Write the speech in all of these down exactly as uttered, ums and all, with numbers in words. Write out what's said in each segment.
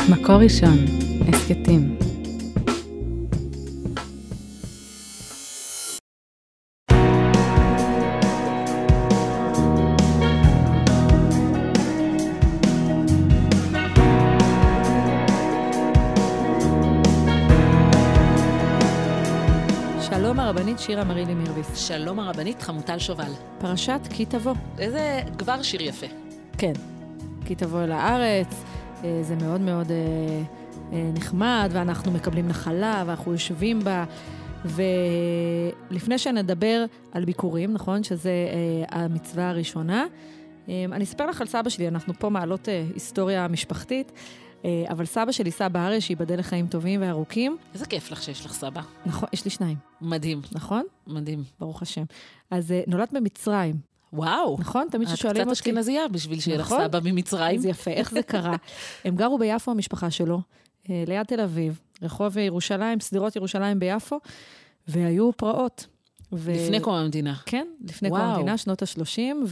מקור ראשון, הסקטים. שלום הרבנית שירה מרילי מירביס. שלום הרבנית חמוטל שובל. פרשת כי תבוא. איזה כבר שיר יפה. כן, כי תבוא אל הארץ, זה מאוד מאוד נחמד, ואנחנו מקבלים נחלה, ואנחנו יושבים בה, ולפני שנדבר על ביקורים, נכון, שזה המצווה הראשונה, אני אספר לך על סבא שלי, אנחנו פה מעלות היסטוריה משפחתית, אבל סבא שלי, סבא אריה, שיבדל לחיים טובים וארוכים. איזה כיף לך שיש לך סבא. נכון, יש לי שניים. מדהים. נכון? מדהים. ברוך השם. אז נולד במצרים. וואו. נכון? תמיד ששואלים אותי. את קצת אשכנזייה בשביל שיהיה לך סבא ממצרים. זה יפה, איך זה קרה? הם גרו ביפו, המשפחה שלו, ליד תל אביב, רחוב ירושלים, סדירות ירושלים ביפו, והיו פרעות. לפני קום המדינה. כן, לפני קום המדינה, שנות ה-שלושים,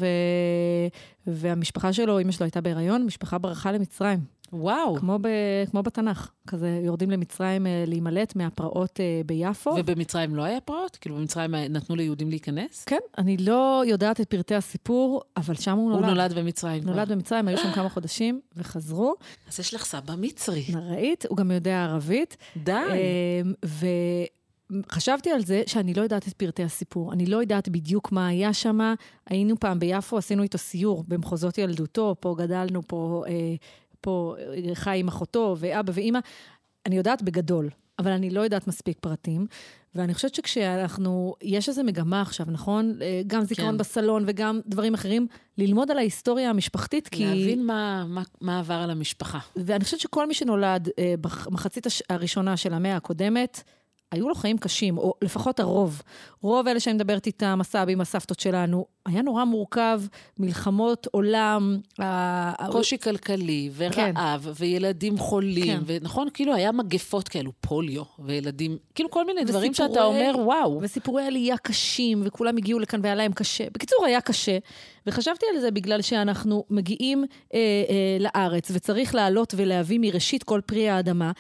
והמשפחה שלו, אמא שלו הייתה בהיריון, משפחה ברחה למצרים. וואו. כמו, ב, כמו בתנ"ך. כזה יורדים למצרים להימלט מהפרעות ביפו. ובמצרים לא היה פרעות? כאילו במצרים נתנו ליהודים להיכנס? כן, אני לא יודעת את פרטי הסיפור, אבל שם הוא נולד. הוא נולד במצרים. נולד במצרים, היו שם כמה חודשים וחזרו. אז יש לך סבא מצרי. ראית, הוא גם יודע ערבית. די. ו... חשבתי על זה שאני לא יודעת את פרטי הסיפור. אני לא יודעת בדיוק מה היה שם. היינו פעם ביפו, עשינו איתו סיור במחוזות ילדותו, פה גדלנו, פה... פה חי עם אחותו ואבא ואמא, אני יודעת בגדול, אבל אני לא יודעת מספיק פרטים, ואני חושבת שכשאנחנו, יש איזו מגמה עכשיו, נכון? גם זיכרון כן. בסלון וגם דברים אחרים, ללמוד על ההיסטוריה המשפחתית, כי... להבין מה, מה, מה עבר על המשפחה. ואני חושבת שכל מי שנולד במחצית הראשונה של המאה הקודמת, היו לו חיים קשים, או לפחות הרוב. רוב אלה שאני מדברת איתם, הסבים, הסבתות שלנו, היה נורא מורכב, מלחמות עולם. קושי כלכלי, ורעב, כן. וילדים חולים, כן. ונכון, כאילו היה מגפות כאלו, פוליו, וילדים, כאילו כל מיני דברים וסיפורי, שאתה אומר, וואו. וסיפורי עלייה קשים, וכולם הגיעו לכאן והיה להם קשה. בקיצור, היה קשה, וחשבתי על זה בגלל שאנחנו מגיעים אה, אה, לארץ, וצריך לעלות ולהביא מראשית כל פרי האדמה,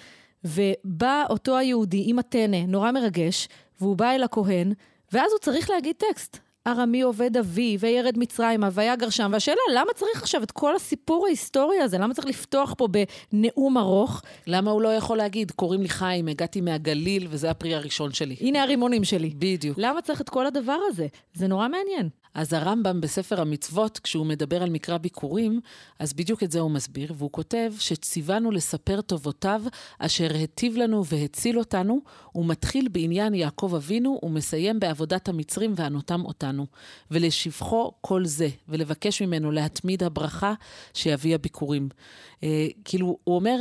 ובא אותו היהודי עם הטנא, נורא מרגש, והוא בא אל הכהן, ואז הוא צריך להגיד טקסט. ארמי עובד אבי, וירד מצרימה, ויגר שם, והשאלה, למה צריך עכשיו את כל הסיפור ההיסטורי הזה? למה צריך לפתוח פה בנאום ארוך? למה הוא לא יכול להגיד, קוראים לי חיים, הגעתי מהגליל, וזה הפרי הראשון שלי. הנה הרימונים שלי. בדיוק. למה צריך את כל הדבר הזה? זה נורא מעניין. אז הרמב"ם בספר המצוות, כשהוא מדבר על מקרא ביקורים, אז בדיוק את זה הוא מסביר, והוא כותב שציוונו לספר טובותיו, אשר היטיב לנו והציל אותנו, הוא מתחיל בעניין יעקב אבינו, ומסיים בעבודת המצרים וענותם אותנו, ולשבחו כל זה, ולבקש ממנו להתמיד הברכה שיביא הביקורים. אה, כאילו, הוא אומר...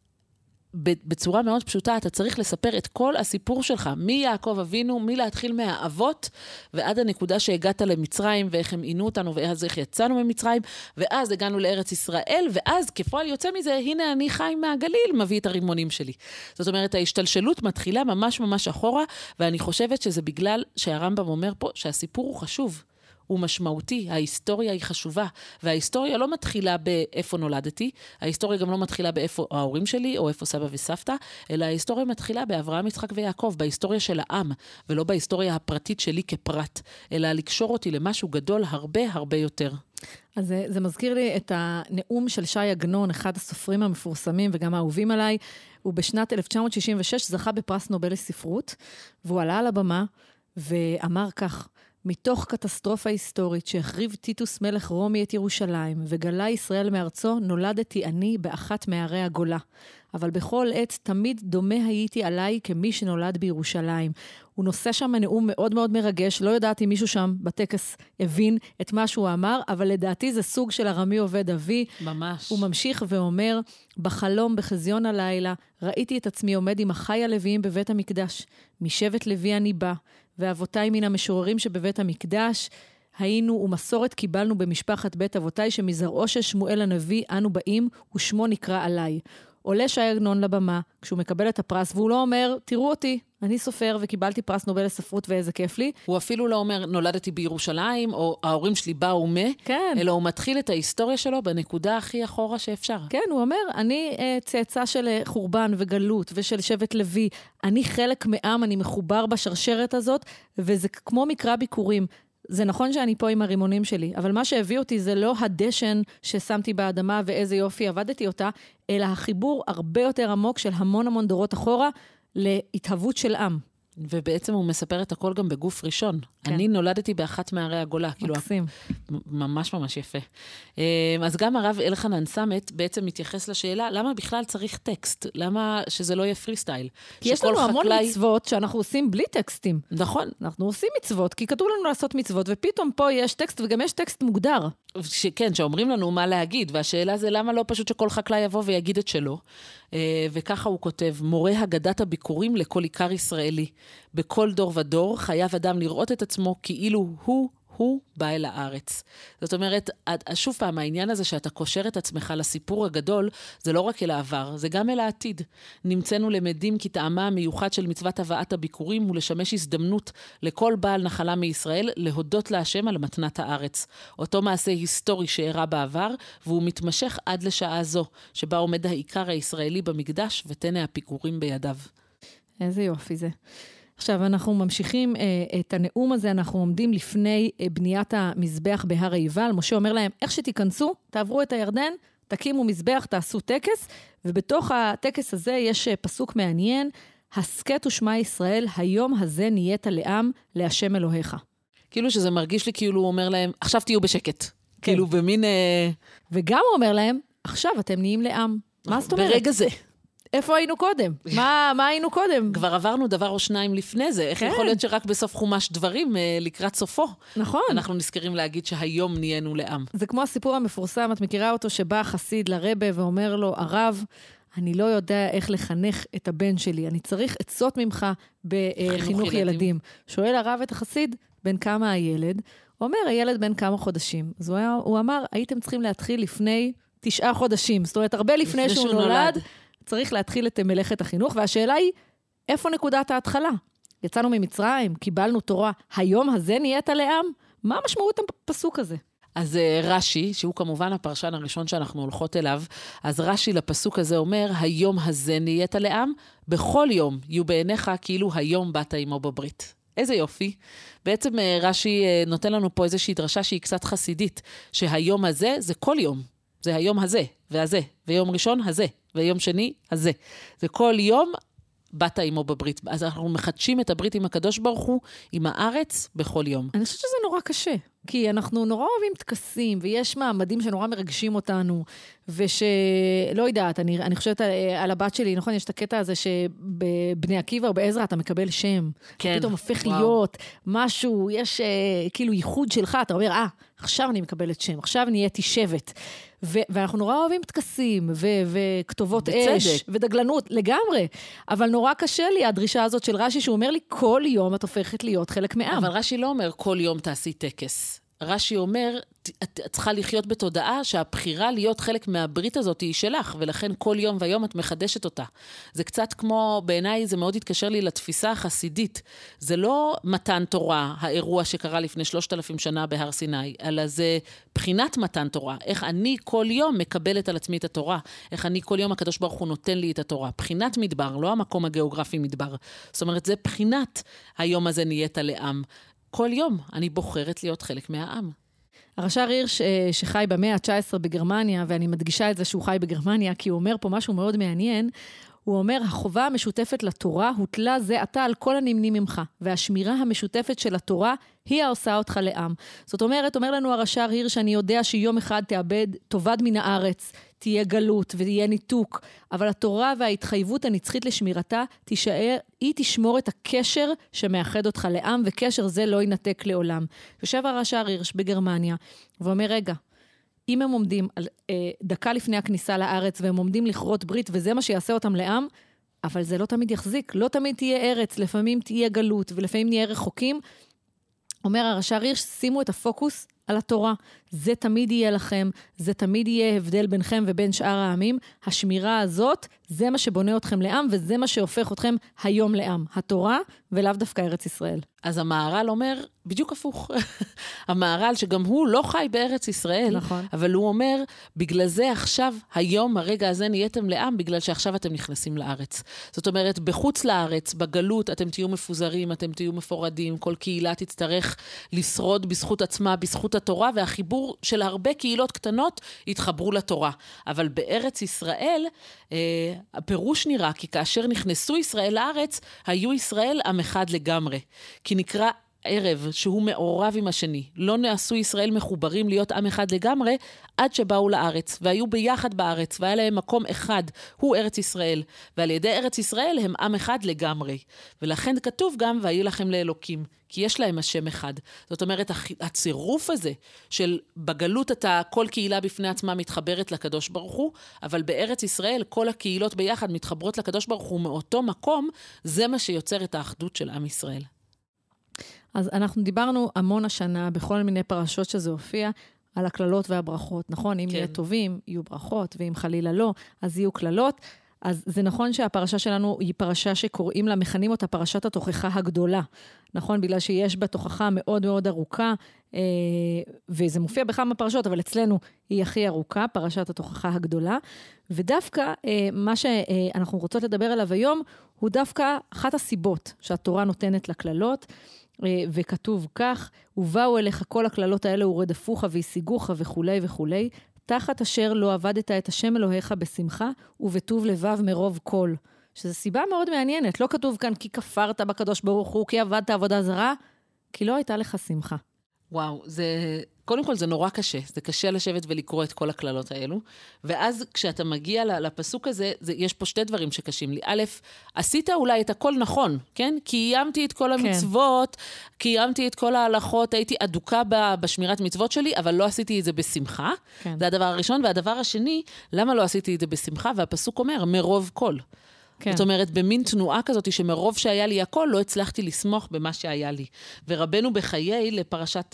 בצורה מאוד פשוטה, אתה צריך לספר את כל הסיפור שלך, מי יעקב אבינו, מי להתחיל מהאבות, ועד הנקודה שהגעת למצרים, ואיך הם עינו אותנו, ואז איך יצאנו ממצרים, ואז הגענו לארץ ישראל, ואז כפועל יוצא מזה, הנה אני חי מהגליל, מביא את הרימונים שלי. זאת אומרת, ההשתלשלות מתחילה ממש ממש אחורה, ואני חושבת שזה בגלל שהרמב"ם אומר פה, שהסיפור הוא חשוב. הוא משמעותי, ההיסטוריה היא חשובה, וההיסטוריה לא מתחילה באיפה נולדתי, ההיסטוריה גם לא מתחילה באיפה ההורים שלי, או איפה סבא וסבתא, אלא ההיסטוריה מתחילה באברהם, יצחק ויעקב, בהיסטוריה של העם, ולא בהיסטוריה הפרטית שלי כפרט, אלא לקשור אותי למשהו גדול הרבה הרבה יותר. אז זה, זה מזכיר לי את הנאום של שי עגנון, אחד הסופרים המפורסמים וגם האהובים עליי, הוא בשנת אלף תשע מאות שישים ושש זכה בפרס נובל לספרות, והוא עלה על הבמה ואמר כך, מתוך קטסטרופה היסטורית שהחריב טיטוס מלך רומי את ירושלים וגלה ישראל מארצו, נולדתי אני באחת מערי הגולה. אבל בכל עת תמיד דומה הייתי עליי כמי שנולד בירושלים. הוא נושא שם נאום מאוד מאוד מרגש, לא יודעת אם מישהו שם בטקס הבין את מה שהוא אמר, אבל לדעתי זה סוג של ארמי עובד אבי. ממש. הוא ממשיך ואומר, בחלום בחזיון הלילה, ראיתי את עצמי עומד עם אחי הלוויים בבית המקדש. משבט לוי אני בא, ואבותיי מן המשוררים שבבית המקדש, היינו ומסורת קיבלנו במשפחת בית אבותיי, שמזרעו של שמואל הנביא אנו באים, ושמו נקרא עליי. עולה שי עגנון לבמה, כשהוא מקבל את הפרס, והוא לא אומר, תראו אותי, אני סופר וקיבלתי פרס נובל לספרות ואיזה כיף לי. הוא אפילו לא אומר, נולדתי בירושלים, או ההורים שלי באו מה, כן. אלא הוא מתחיל את ההיסטוריה שלו בנקודה הכי אחורה שאפשר. כן, הוא אומר, אני uh, צאצא של uh, חורבן וגלות ושל שבט לוי, אני חלק מעם, אני מחובר בשרשרת הזאת, וזה כמו מקרא ביקורים. זה נכון שאני פה עם הרימונים שלי, אבל מה שהביא אותי זה לא הדשן ששמתי באדמה ואיזה יופי עבדתי אותה, אלא החיבור הרבה יותר עמוק של המון המון דורות אחורה להתהוות של עם. ובעצם הוא מספר את הכל גם בגוף ראשון. כן. אני נולדתי באחת מערי הגולה. מקסים. כאילו, ממש ממש יפה. אז גם הרב אלחנן סמט בעצם מתייחס לשאלה, למה בכלל צריך טקסט? למה שזה לא יהיה פרי סטייל? כי יש לנו המון חקלאי... מצוות שאנחנו עושים בלי טקסטים. נכון. אנחנו עושים מצוות, כי כתוב לנו לעשות מצוות, ופתאום פה יש טקסט, וגם יש טקסט מוגדר. ש... כן, שאומרים לנו מה להגיד, והשאלה זה למה לא פשוט שכל חקלאי יבוא ויגיד את שלו. וככה הוא כותב, מורה הגדת הביקורים לכל עיקר ישראלי. בכל דור ודור חייב אדם לראות את עצמו כאילו הוא, הוא בא אל הארץ. זאת אומרת, שוב פעם, העניין הזה שאתה קושר את עצמך לסיפור הגדול, זה לא רק אל העבר, זה גם אל העתיד. נמצאנו למדים כי טעמה המיוחד של מצוות הבאת הביקורים הוא לשמש הזדמנות לכל בעל נחלה מישראל להודות להשם על מתנת הארץ. אותו מעשה היסטורי שאירע בעבר, והוא מתמשך עד לשעה זו, שבה עומד העיקר הישראלי במקדש ותנה הביקורים בידיו. איזה יופי זה. עכשיו, אנחנו ממשיכים אה, את הנאום הזה, אנחנו עומדים לפני אה, בניית המזבח בהר עיבל. משה אומר להם, איך שתיכנסו, תעברו את הירדן, תקימו מזבח, תעשו טקס, ובתוך הטקס הזה יש אה, פסוק מעניין, הסקט ושמע ישראל, היום הזה נהיית לעם, להשם אלוהיך. כאילו שזה מרגיש לי כאילו הוא אומר להם, עכשיו תהיו בשקט. כן. כאילו במין... אה... וגם הוא אומר להם, עכשיו אתם נהיים לעם. מה זאת אומרת? ברגע זה. איפה היינו קודם? מה, מה היינו קודם? כבר עברנו דבר או שניים לפני זה. איך כן. יכול להיות שרק בסוף חומש דברים, לקראת סופו? נכון. אנחנו נזכרים להגיד שהיום נהיינו לעם. זה כמו הסיפור המפורסם, את מכירה אותו שבא חסיד לרבה ואומר לו, הרב, אני לא יודע איך לחנך את הבן שלי, אני צריך עצות ממך בחינוך ילדים. ילדים. שואל הרב את החסיד, בן כמה הילד? הוא אומר, הילד בן כמה חודשים. אז הוא, היה, הוא אמר, הייתם צריכים להתחיל לפני תשעה חודשים. זאת אומרת, הרבה לפני, לפני שהוא נולד, נולד. צריך להתחיל את מלאכת החינוך, והשאלה היא, איפה נקודת ההתחלה? יצאנו ממצרים, קיבלנו תורה, היום הזה נהיית לעם? מה המשמעות הפסוק הזה? אז רש"י, שהוא כמובן הפרשן הראשון שאנחנו הולכות אליו, אז רש"י לפסוק הזה אומר, היום הזה נהיית לעם, בכל יום יהיו בעיניך כאילו היום באת עמו בברית. איזה יופי. בעצם רש"י נותן לנו פה איזושהי דרשה שהיא קצת חסידית, שהיום הזה זה כל יום. זה היום הזה והזה, ויום ראשון הזה, ויום שני הזה. זה כל יום באת עמו בברית. אז אנחנו מחדשים את הברית עם הקדוש ברוך הוא, עם הארץ, בכל יום. אני חושבת שזה נורא קשה, כי אנחנו נורא אוהבים תקסים, ויש מעמדים שנורא מרגשים אותנו, ושלא יודעת, אני, אני חושבת על, על הבת שלי, נכון, יש את הקטע הזה שבבני עקיבא או בעזרא אתה מקבל שם, כן, פתאום הופך וואו. להיות משהו, יש כאילו ייחוד שלך, אתה אומר, אה, עכשיו אני מקבלת שם, עכשיו נהייתי שבט. ו- ואנחנו נורא אוהבים תקסים, ו- וכתובות אש, ודגלנות, לגמרי. אבל נורא קשה לי הדרישה הזאת של רש"י, שהוא אומר לי, כל יום את הופכת להיות חלק מעם. אבל רש"י לא אומר, כל יום תעשי טקס. רש"י אומר, את צריכה לחיות בתודעה שהבחירה להיות חלק מהברית הזאת היא שלך, ולכן כל יום ויום את מחדשת אותה. זה קצת כמו, בעיניי זה מאוד התקשר לי לתפיסה החסידית. זה לא מתן תורה, האירוע שקרה לפני שלושת אלפים שנה בהר סיני, אלא זה בחינת מתן תורה. איך אני כל יום מקבלת על עצמי את התורה, איך אני כל יום הקדוש ברוך הוא נותן לי את התורה. בחינת מדבר, לא המקום הגיאוגרפי מדבר. זאת אומרת, זה בחינת היום הזה נהיית לעם. כל יום אני בוחרת להיות חלק מהעם. הרש"ר הירש שחי במאה ה-תשע עשרה בגרמניה, ואני מדגישה את זה שהוא חי בגרמניה, כי הוא אומר פה משהו מאוד מעניין, הוא אומר, החובה המשותפת לתורה הוטלה זה עתה על כל הנמנים ממך, והשמירה המשותפת של התורה היא העושה אותך לעם. זאת אומרת, אומר לנו הרש"ר הירש, אני יודע שיום אחד תאבד, תאבד מן הארץ, תהיה גלות ותהיה ניתוק, אבל התורה וההתחייבות הנצחית לשמירתה תישאר, היא תשמור את הקשר שמאחד אותך לעם, וקשר זה לא ינתק לעולם. יושב הרש"ר הירש בגרמניה, ואומר, רגע, אם הם עומדים על, אה, דקה לפני הכניסה לארץ, והם עומדים לכרות ברית, וזה מה שיעשה אותם לעם, אבל זה לא תמיד יחזיק, לא תמיד תהיה ארץ, לפעמים תהיה גלות, ולפעמים נהיה רחוקים. אומר הרש"ר הירש, שימו את הפוקוס על התורה. זה תמיד יהיה לכם, זה תמיד יהיה הבדל ביניכם ובין שאר העמים. השמירה הזאת, זה מה שבונה אתכם לעם, וזה מה שהופך אתכם היום לעם. התורה, ולאו דווקא ארץ ישראל. אז המהר"ל אומר, בדיוק הפוך. המהר"ל, שגם הוא לא חי בארץ ישראל, נכון. אבל הוא אומר, בגלל זה עכשיו, היום, הרגע הזה, נהייתם לעם, בגלל שעכשיו אתם נכנסים לארץ. זאת אומרת, בחוץ לארץ, בגלות, אתם תהיו מפוזרים, אתם תהיו מפורדים, כל קהילה תצטרך לשרוד בזכות עצמה, בזכות התורה, והחיבור של הרבה קהילות קטנות יתחברו לתורה. אבל בארץ ישראל, אה, הפירוש נראה, כי כאשר נכנסו ישראל לארץ, היו ישראל עם אחד לגמרי. כי נקרא ערב שהוא מעורב עם השני. לא נעשו ישראל מחוברים להיות עם אחד לגמרי, עד שבאו לארץ, והיו ביחד בארץ, והיה להם מקום אחד, הוא ארץ ישראל. ועל ידי ארץ ישראל הם עם אחד לגמרי. ולכן כתוב גם, והיו לכם לאלוקים, כי יש להם השם אחד. זאת אומרת, הצירוף הזה, של בגלות אתה, כל קהילה בפני עצמה מתחברת לקדוש ברוך הוא, אבל בארץ ישראל, כל הקהילות ביחד מתחברות לקדוש ברוך הוא מאותו מקום, זה מה שיוצר את האחדות של עם ישראל. אז אנחנו דיברנו המון השנה, בכל מיני פרשות שזה הופיע, על הכללות והברכות, נכון? אם כן. יהיה טובים, יהיו ברכות, ואם חלילה לא, אז יהיו כללות. אז זה נכון שהפרשה שלנו היא פרשה שקוראים לה, מכנים אותה פרשת התוכחה הגדולה, נכון? בגלל שיש בה תוכחה מאוד מאוד ארוכה, אה, וזה מופיע בכמה פרשות, אבל אצלנו היא הכי ארוכה, פרשת התוכחה הגדולה, ודווקא אה, מה שאנחנו רוצות לדבר עליו היום, הוא דווקא אחת הסיבות שהתורה נותנת לכללות, וכתוב כך, ובאו אליך כל הכללות האלה ורדפוך והשיגוך וכו' וכו', תחת אשר לא עבדת את השם אלוהיך בשמחה ובטוב לבב מרוב כל. שזו סיבה מאוד מעניינת, לא כתוב כאן כי כפרת בקדוש ברוך הוא, כי עבדת עבודה זרה, כי לא הייתה לך שמחה. וואו, זה... קודם כל זה נורא קשה, זה קשה לשבת ולקרוא את כל הכללות האלו, ואז כשאתה מגיע לפסוק הזה, זה, יש פה שתי דברים שקשים לי. א', עשית אולי את הכל נכון, כן? קיימתי את כל המצוות, כן. קיימתי את כל ההלכות, הייתי אדוקה בשמירת מצוות שלי, אבל לא עשיתי את זה בשמחה. כן. זה הדבר הראשון, והדבר השני, למה לא עשיתי את זה בשמחה? והפסוק אומר, מרוב כל. כן. זאת אומרת, במין תנועה כזאת, שמרוב שהיה לי הכל, לא הצלחתי לסמוך במה שהיה לי. ורבנו בחיי, לפרשת,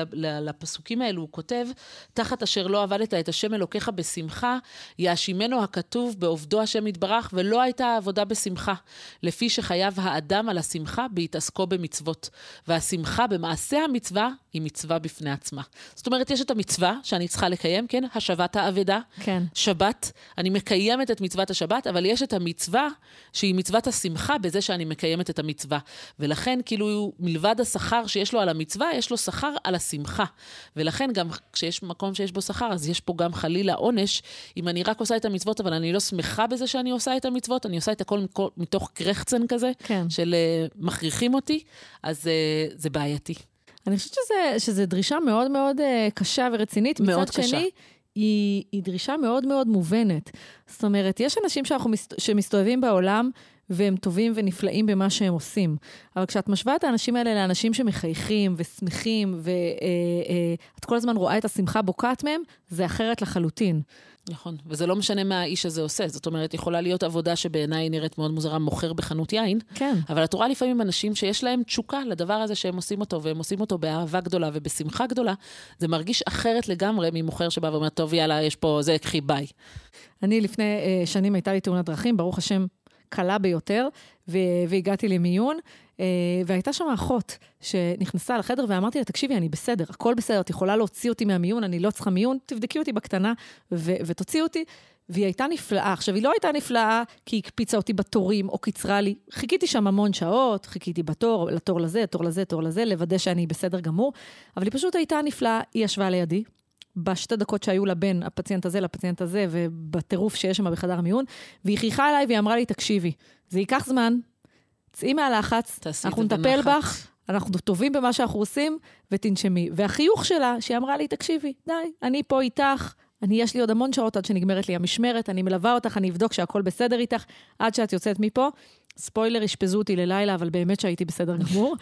לפסוקים האלו, הוא כותב, תחת אשר לא עבדת את השם אלוקיך בשמחה, יאשימנו הכתוב בעובדו השם יתברך, ולא הייתה עבודה בשמחה, לפי שחייב האדם על השמחה בהתעסקו במצוות. והשמחה במעשה המצווה, היא מצווה בפני עצמה. זאת אומרת, יש את המצווה שאני צריכה לקיים, כן? השבת העבדה, כן. שבת, אני מקיימת את מצוות השבת, אבל יש את המצווה, שהיא מצוות השמחה בזה שאני מקיימת את המצווה. ולכן, כאילו, מלבד השכר שיש לו על המצווה, יש לו שכר על השמחה. ולכן, גם כשיש מקום שיש בו שכר, אז יש פה גם חלילה עונש, אם אני רק עושה את המצוות, אבל אני לא שמחה בזה שאני עושה את המצוות, אני עושה את הכל מתוך קרחצן כזה, כן. של uh, מכריחים אותי, אז uh, זה בעייתי. אני חושבת שזה, שזה דרישה מאוד מאוד uh, קשה ורצינית. מאוד קשה. שני, היא, היא דרישה מאוד מאוד מובנת. זאת אומרת, יש אנשים שאנחנו מסת... שמסתובבים בעולם, והם טובים ונפלאים במה שהם עושים. אבל כשאת משווה את האנשים האלה לאנשים שמחייכים ושמחים, ואת אה, אה, כל הזמן רואה את השמחה בוקעת מהם, זה אחרת לחלוטין. נכון, וזה לא משנה מה האיש הזה עושה. זאת אומרת, יכולה להיות עבודה שבעיניי נראית מאוד מוזרה, מוכר בחנות יין, כן. אבל את רואה לפעמים אנשים שיש להם תשוקה לדבר הזה שהם עושים אותו, והם עושים אותו באהבה גדולה ובשמחה גדולה, זה מרגיש אחרת לגמרי ממוכר שבא ואומר, טוב, יאללה, יש פה, זה קחי ביי. אני לפני uh, שנים הייתה לי תאונת דרכים, ברוך השם קלה ביותר, ו- והגעתי למיון, uh, והייתה שם אחות שנכנסה לחדר, ואמרתי לה, תקשיבי, אני בסדר, הכל בסדר, את יכולה להוציא אותי מהמיון, אני לא צריכה מיון, תבדקי אותי בקטנה, ו- ותוציא אותי, והיא הייתה נפלאה. עכשיו, היא לא הייתה נפלאה, כי היא הקפיצה אותי בתורים, או קיצרה לי, חיכיתי שם המון שעות, חיכיתי בתור, לתור לזה, תור לזה, תור לזה, לוודא שאני בסדר גמור, אבל היא פשוט הייתה נפלאה, היא ישבה לידי, בשתי דקות שהיו לה בין הפציינט הזה לפציינט הזה, ובטירוף שיש שם בחדר המיון, והיא חיכה אליי והיא אמרה לי, תקשיבי, זה ייקח זמן, צאי מהלחץ, אנחנו נטפל בך, אנחנו טובים במה שאנחנו עושים, ותנשמי. והחיוך שלה, שהיא אמרה לי, תקשיבי, די, אני פה איתך, אני, יש לי עוד המון שעות עד שנגמרת לי המשמרת, אני מלווה אותך, אני אבדוק שהכל בסדר איתך, עד שאת יוצאת מפה. ספוילר, השפזו אותי ללילה, אבל באמת שהייתי בסדר גמור.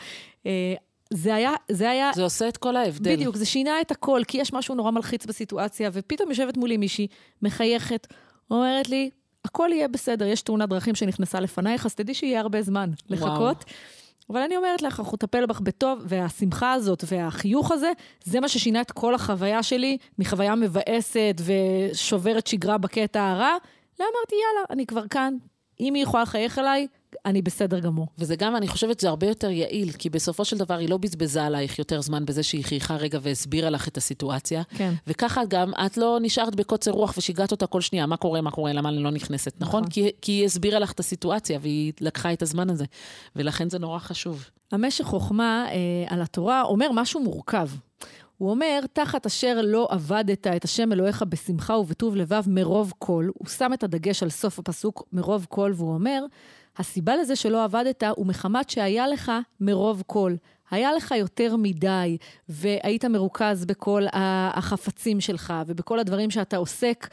זה היה, זה היה... זה עושה את כל ההבדל. בדיוק, זה שינה את הכל, כי יש משהו נורא מלחיץ בסיטואציה, ופתאום יושבת מולי מישהי, מחייכת, אומרת לי, הכל יהיה בסדר, יש תאונת דרכים שנכנסה לפנייך, אז תדעי שיהיה הרבה זמן לחכות. אבל אני אומרת לך, אנחנו נטפל בך בטוב, והשמחה הזאת והחיוך הזה, זה מה ששינה את כל החוויה שלי, מחוויה מבאסת ושוברת שגרה בקטע הרע. לא אמרתי, יאללה, אני כבר כאן, אם היא יכולה לחייך אליי, אני בסדר גמור. וזה גם, אני חושבת, זה הרבה יותר יעיל, כי בסופו של דבר היא לא בזבזה עלייך יותר זמן בזה שהיא חייכה רגע והסבירה לך את הסיטואציה. כן. וככה גם את לא נשארת בקוצר רוח ושיגעת אותה כל שנייה, מה קורה, מה קורה, למה אני לא נכנסת, נכון? נכון? כי, כי היא הסבירה לך את הסיטואציה והיא לקחה את הזמן הזה, ולכן זה נורא חשוב. המשך חוכמה אה, על התורה אומר משהו מורכב. הוא אומר, תחת אשר לא עבדת את השם אלוהיך בשמחה ובטוב לבב מרוב כל, הוא שם את הדגש על סוף הפסוק מרוב כל, והוא אומר, הסיבה לזה שלא עבדת הוא מחמת שהיה לך מרוב כל. היה לך יותר מדי, והיית מרוכז בכל החפצים שלך, ובכל הדברים שאתה עוסק,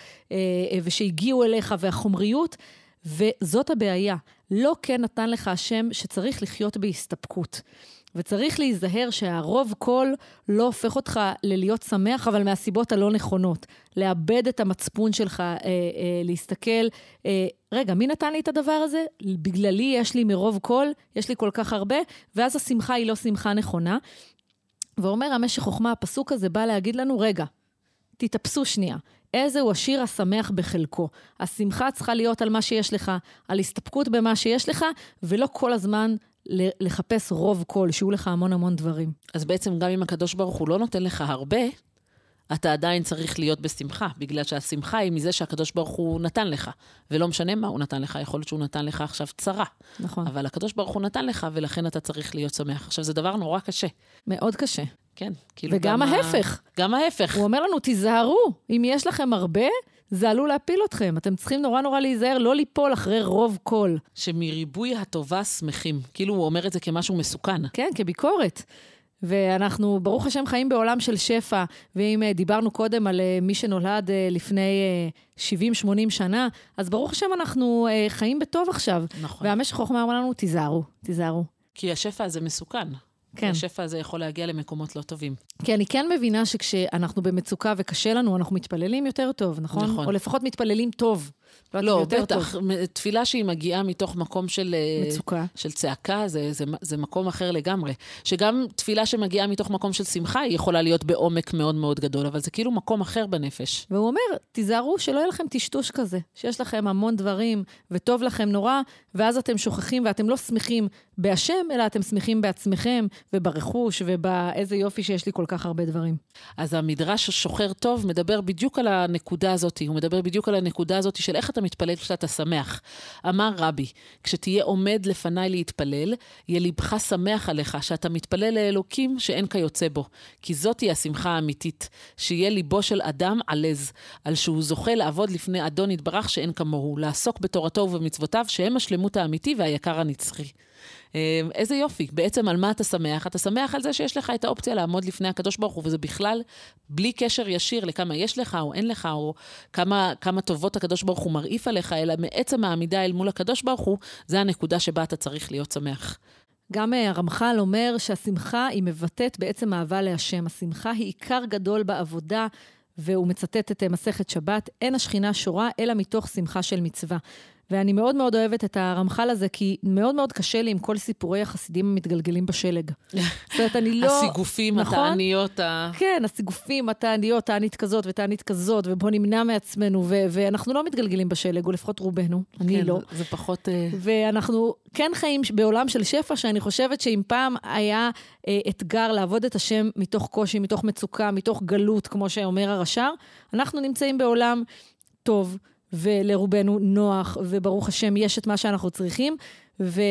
ושהגיעו אליך, והחומריות, וזאת הבעיה. לא כן נתן לך השם שצריך לחיות בהסתפקות. וצריך להיזהר שהרוב כל לא הופך אותך ללהיות שמח, אבל מהסיבות הלא נכונות. לאבד את המצפון שלך, אה, אה, להסתכל, אה, רגע, מי נתן לי את הדבר הזה? בגללי יש לי מרוב כל, יש לי כל כך הרבה, ואז השמחה היא לא שמחה נכונה. ואומר המשך חוכמה, הפסוק הזה בא להגיד לנו, רגע, תתאפסו שנייה. איזהו השיר השמח בחלקו. השמחה צריכה להיות על מה שיש לך, על הסתפקות במה שיש לך, ולא כל הזמן לחפש רוב כל, שיהיו לך המון המון דברים. אז בעצם גם אם הקדוש ברוך הוא לא נותן לך הרבה, אתה עדיין צריך להיות בשמחה, בגלל שהשמחה היא מזה שהקדוש ברוך הוא נתן לך, ולא משנה מה הוא נתן לך, יכול להיות שהוא נתן לך עכשיו צרה. נכון. אבל הקדוש ברוך הוא נתן לך, ולכן אתה צריך להיות שמח. עכשיו, זה דבר נורא קשה. מאוד קשה. כן. כאילו וגם גם ההפך. ה... גם ההפך. הוא אומר לנו, תיזהרו, אם יש לכם הרבה, זה עלול להפיל אתכם. אתם צריכים נורא נורא להיזהר, לא ליפול אחרי רוב כל. שמריבוי הטובה שמחים. כאילו הוא אומר את זה כמשהו מסוכן. כן, כביקורת. ואנחנו, ברוך השם, חיים בעולם של שפע, ואם דיברנו קודם על מי שנולד לפני שבעים שמונים שנה, אז ברוך השם אנחנו חיים בטוב עכשיו. נכון. והמשך חוכמה אמר לנו, תיזהרו, תיזהרו. כי השפע הזה מסוכן. כן. השפע הזה יכול להגיע למקומות לא טובים. כי אני כן מבינה שכשאנחנו במצוקה וקשה לנו, אנחנו מתפללים יותר טוב, נכון? נכון. או לפחות מתפללים טוב. לא, בטח. טוב. תפילה שהיא מגיעה מתוך מקום של מצוקה. של צעקה, זה, זה, זה מקום אחר לגמרי. שגם תפילה שמגיעה מתוך מקום של שמחה, היא יכולה להיות בעומק מאוד מאוד גדול, אבל זה כאילו מקום אחר בנפש. והוא אומר, תיזהרו שלא יהיה לכם טשטוש כזה, שיש לכם המון דברים וטוב לכם נורא, ואז אתם שוכחים ואתם לא שמחים בהשם, אלא אתם שמחים בעצמכם וברכוש ובאיזה יופי שיש לי כל כך הרבה דברים. אז המדרש שוחר טוב מדבר בדיוק על הנקודה הזאת, הוא מדבר בדיוק על הנקודה הזאת של איך אתה מתפלל כשאתה שמח. אמר רבי, כשתהיה עומד לפניי להתפלל, יהיה ליבך שמח עליך, שאתה מתפלל לאלוקים שאין כיוצא בו. כי זאת היא השמחה האמיתית, שיהיה ליבו של אדם עלז, על שהוא זוכה לעבוד לפני אדון יתברך שאין כמוהו, לעסוק בתורתו ובמצוותיו, שהם השלמות האמיתי והיקר הנצחי. איזה יופי, בעצם על מה אתה שמח? אתה שמח על זה שיש לך את האופציה לעמוד לפני הקדוש ברוך הוא, וזה בכלל בלי קשר ישיר לכמה יש לך או אין לך, או כמה, כמה טובות הקדוש ברוך הוא מרעיף עליך, אלא מעצם העמידה אל מול הקדוש ברוך הוא, זה הנקודה שבה אתה צריך להיות שמח. גם הרמח"ל אומר שהשמחה היא מבטאת בעצם אהבה להשם. השמחה היא עיקר גדול בעבודה, והוא מצטט את מסכת שבת, אין השכינה שורה אלא מתוך שמחה של מצווה. ואני מאוד מאוד אוהבת את הרמח"ל הזה, כי מאוד מאוד קשה לי עם כל סיפורי החסידים המתגלגלים בשלג. זאת אומרת, אני לא... הסיגופים, נכון? התעניות. ה... כן, הסיגופים, התעניות, תענית כזאת ותענית כזאת, ובוא נמנע מעצמנו, ו- ואנחנו לא מתגלגלים בשלג, או לפחות רובנו, אני כן, לא. זה פחות... ואנחנו כן חיים בעולם של שפע, שאני חושבת שאם פעם היה אה, אתגר לעבוד את השם מתוך קושי, מתוך מצוקה, מתוך גלות, כמו שאומר הרש"ר, אנחנו נמצאים בעולם טוב, ולרובנו נוח, וברוך השם יש את מה שאנחנו צריכים, ו...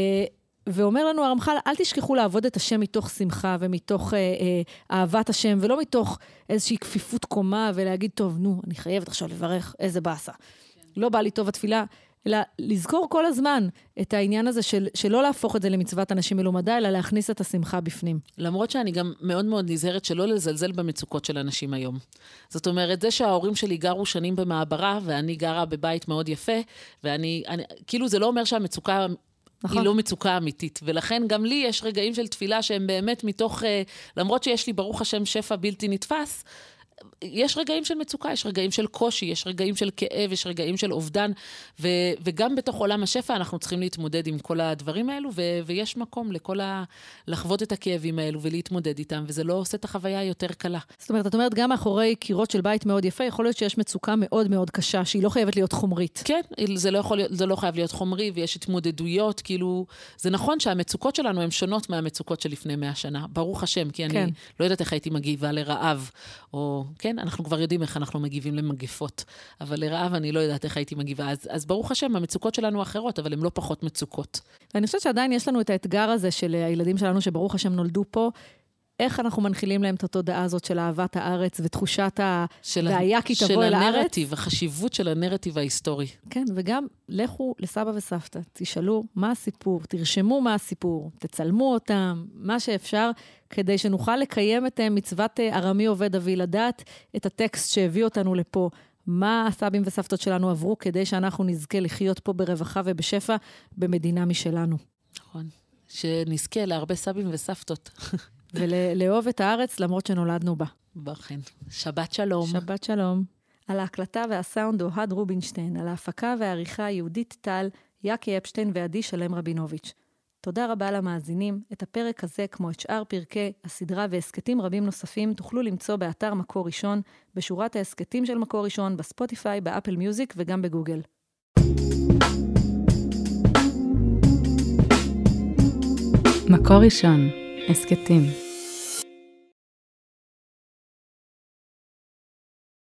ואומר לנו הרמח"ל, אל תשכחו לעבוד את השם מתוך שמחה, ומתוך אה, אה, אהבת השם, ולא מתוך איזושהי כפיפות קומה, ולהגיד, טוב, נו, אני חייבת עכשיו לברך, איזה באסה. כן. לא בא לי טוב התפילה, אלא לזכור כל הזמן את העניין הזה של, שלא להפוך את זה למצוות אנשים מלומדה, אלא להכניס את השמחה בפנים. למרות שאני גם מאוד מאוד נזהרת שלא לזלזל במצוקות של אנשים היום. זאת אומרת, זה שההורים שלי גרו שנים במעברה, ואני גרה בבית מאוד יפה, ואני, אני, כאילו זה לא אומר שהמצוקה נכון. היא לא מצוקה אמיתית, ולכן גם לי יש רגעים של תפילה שהם באמת מתוך, למרות שיש לי ברוך השם שפע בלתי נתפס, יש רגעים של מצוקה, יש רגעים של קושי, יש רגעים של כאב, יש רגעים של אובדן, ו, וגם בתוך עולם השפע אנחנו צריכים להתמודד עם כל הדברים האלו, ו, ויש מקום לכל ה... לחוות את הכאבים האלו ולהתמודד איתם, וזה לא עושה את החוויה יותר קלה. זאת אומרת, את אומרת, גם מאחורי קירות של בית מאוד יפה, יכול להיות שיש מצוקה מאוד מאוד קשה, שהיא לא חייבת להיות חומרית. כן, זה לא, יכול להיות, זה לא חייב להיות חומרי, ויש התמודדויות, כאילו, זה נכון שהמצוקות שלנו הן שונות מהמצוקות של לפני מאה שנה. ברוך השם, כי אני כן. לא יודעת איך הייתי מגיבה לרעב, או, כן, אנחנו כבר יודעים איך אנחנו מגיבים למגפות, אבל לרעב אני לא יודעת איך הייתי מגיבה. אז, אז ברוך השם, המצוקות שלנו אחרות, אבל הן לא פחות מצוקות. ואני חושבת שעדיין יש לנו את האתגר הזה של הילדים שלנו, שברוך השם נולדו פה, איך אנחנו מנחילים להם את התודעה הזאת של אהבת הארץ ותחושת הבעיה כי תבוא אל הארץ. של הנרטיב, החשיבות של הנרטיב ההיסטורי. כן, וגם לכו לסבא וסבתא, תשאלו מה הסיפור, תרשמו מה הסיפור, תצלמו אותם, מה שאפשר, כדי שנוכל לקיים את מצוות ארמי עובד אבי, לדעת את הטקסט שהביא אותנו לפה, מה הסבים וסבתות שלנו עברו, כדי שאנחנו נזכה לחיות פה ברווחה ובשפע, במדינה משלנו. נכון, שנזכה להרבה סבים וסבתות. ולאהוב את הארץ למרות שנולדנו בה. בכן. שבת שלום. שבת שלום. על ההקלטה והסאונד אוהד רובינשטיין, על ההפקה והעריכה יהודית טל, יקי אפשטיין ועדי שלם רבינוביץ'. תודה רבה למאזינים. את הפרק הזה, כמו את שאר פרקי הסדרה והסקטים רבים נוספים, תוכלו למצוא באתר מקור ראשון, בשורת ההסקטים של מקור ראשון, בספוטיפיי, באפל מיוזיק וגם בגוגל. מקור ראשון, הסקטים.